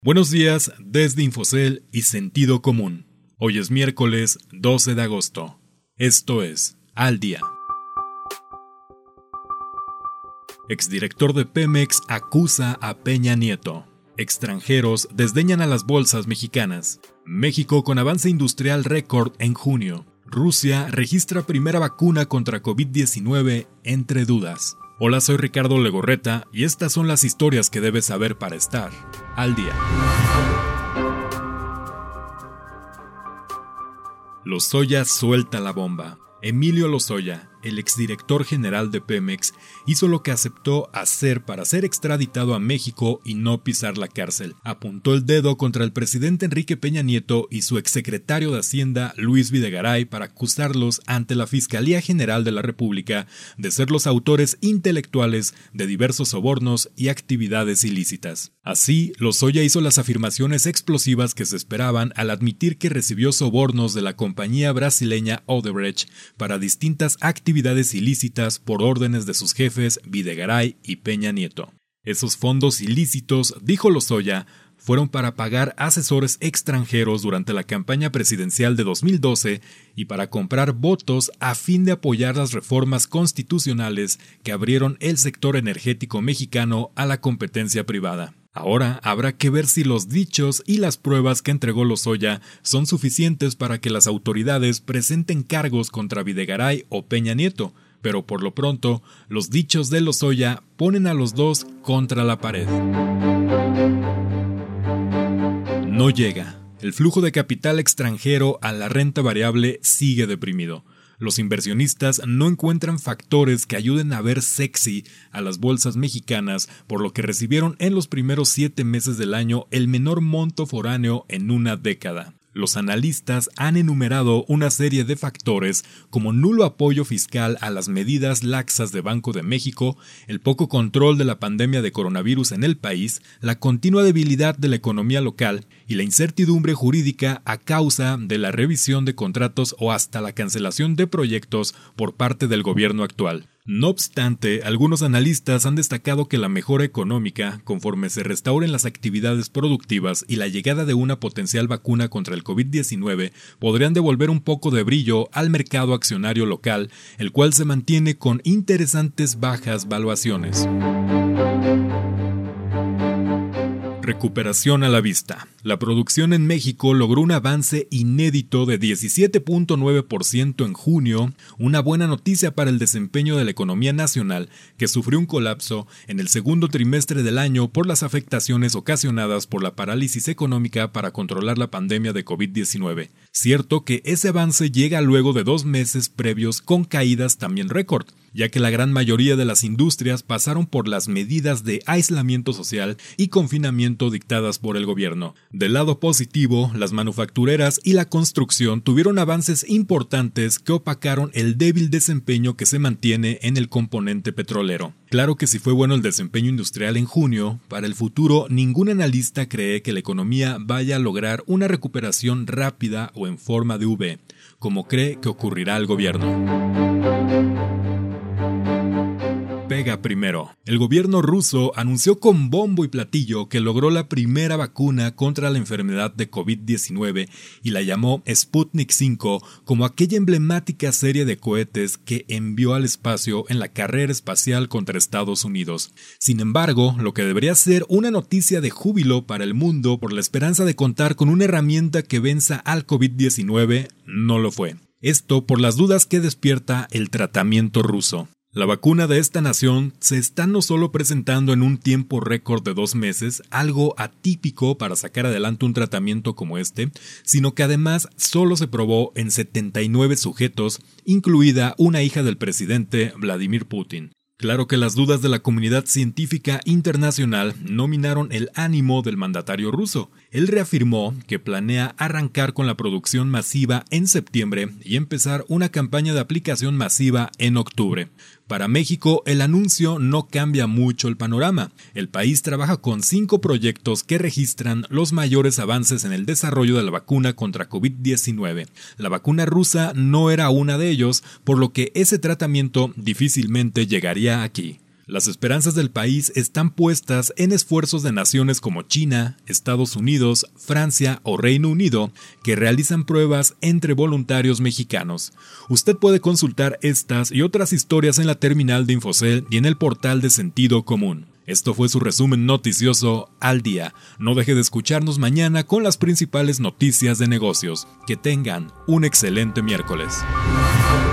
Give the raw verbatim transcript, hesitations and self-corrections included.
Buenos días desde Infocel y Sentido Común. Hoy es miércoles doce de agosto. Esto es Al Día. Exdirector de Pemex acusa a Peña Nieto. Extranjeros desdeñan a las bolsas mexicanas. México con avance industrial récord en junio. Rusia registra primera vacuna contra COVID diecinueve entre dudas. Hola, soy Ricardo Legorreta y estas son las historias que debes saber para estar al día. Lozoya suelta la bomba. Emilio Lozoya, el exdirector general de Pemex, hizo lo que aceptó hacer para ser extraditado a México y no pisar la cárcel. Apuntó el dedo contra el presidente Enrique Peña Nieto y su exsecretario de Hacienda, Luis Videgaray, para acusarlos ante la Fiscalía General de la República de ser los autores intelectuales de diversos sobornos y actividades ilícitas. Así, Lozoya hizo las afirmaciones explosivas que se esperaban al admitir que recibió sobornos de la compañía brasileña Odebrecht para distintas actividades ilícitas por órdenes de sus jefes Videgaray y Peña Nieto. Esos fondos ilícitos, dijo Lozoya, fueron para pagar asesores extranjeros durante la campaña presidencial de dos mil doce y para comprar votos a fin de apoyar las reformas constitucionales que abrieron el sector energético mexicano a la competencia privada. Ahora habrá que ver si los dichos y las pruebas que entregó Lozoya son suficientes para que las autoridades presenten cargos contra Videgaray o Peña Nieto, pero por lo pronto, los dichos de Lozoya ponen a los dos contra la pared. No llega. El flujo de capital extranjero a la renta variable sigue deprimido. Los inversionistas no encuentran factores que ayuden a ver sexy a las bolsas mexicanas, por lo que recibieron en los primeros siete meses del año el menor monto foráneo en una década. Los analistas han enumerado una serie de factores como nulo apoyo fiscal a las medidas laxas de Banco de México, el poco control de la pandemia de coronavirus en el país, la continua debilidad de la economía local y la incertidumbre jurídica a causa de la revisión de contratos o hasta la cancelación de proyectos por parte del gobierno actual. No obstante, algunos analistas han destacado que la mejora económica, conforme se restauren las actividades productivas y la llegada de una potencial vacuna contra el COVID diecinueve, podrían devolver un poco de brillo al mercado accionario local, el cual se mantiene con interesantes bajas valuaciones. Recuperación a la vista. La producción en México logró un avance inédito de diecisiete punto nueve por ciento en junio, una buena noticia para el desempeño de la economía nacional, que sufrió un colapso en el segundo trimestre del año por las afectaciones ocasionadas por la parálisis económica para controlar la pandemia de COVID diecinueve. Cierto que ese avance llega luego de dos meses previos con caídas también récord, ya que la gran mayoría de las industrias pasaron por las medidas de aislamiento social y confinamiento dictadas por el gobierno. Del lado positivo, las manufactureras y la construcción tuvieron avances importantes que opacaron el débil desempeño que se mantiene en el componente petrolero. Claro que si fue bueno el desempeño industrial en junio, para el futuro ningún analista cree que la economía vaya a lograr una recuperación rápida o en forma de V, como cree que ocurrirá al gobierno. Pega primero. El gobierno ruso anunció con bombo y platillo que logró la primera vacuna contra la enfermedad de COVID diecinueve y la llamó Sputnik cinco como aquella emblemática serie de cohetes que envió al espacio en la carrera espacial contra Estados Unidos. Sin embargo, lo que debería ser una noticia de júbilo para el mundo por la esperanza de contar con una herramienta que venza al COVID diecinueve, no lo fue. Esto por las dudas que despierta el tratamiento ruso. La vacuna de esta nación se está no solo presentando en un tiempo récord de dos meses, algo atípico para sacar adelante un tratamiento como este, sino que además solo se probó en setenta y nueve sujetos, incluida una hija del presidente Vladimir Putin. Claro que las dudas de la comunidad científica internacional no minaron el ánimo del mandatario ruso. Él reafirmó que planea arrancar con la producción masiva en septiembre y empezar una campaña de aplicación masiva en octubre. Para México, el anuncio no cambia mucho el panorama. El país trabaja con cinco proyectos que registran los mayores avances en el desarrollo de la vacuna contra COVID diecinueve. La vacuna rusa no era una de ellos, por lo que ese tratamiento difícilmente llegaría aquí. Las esperanzas del país están puestas en esfuerzos de naciones como China, Estados Unidos, Francia o Reino Unido, que realizan pruebas entre voluntarios mexicanos. Usted puede consultar estas y otras historias en la terminal de Infocel y en el portal de Sentido Común. Esto fue su resumen noticioso al día. No deje de escucharnos mañana con las principales noticias de negocios. Que tengan un excelente miércoles.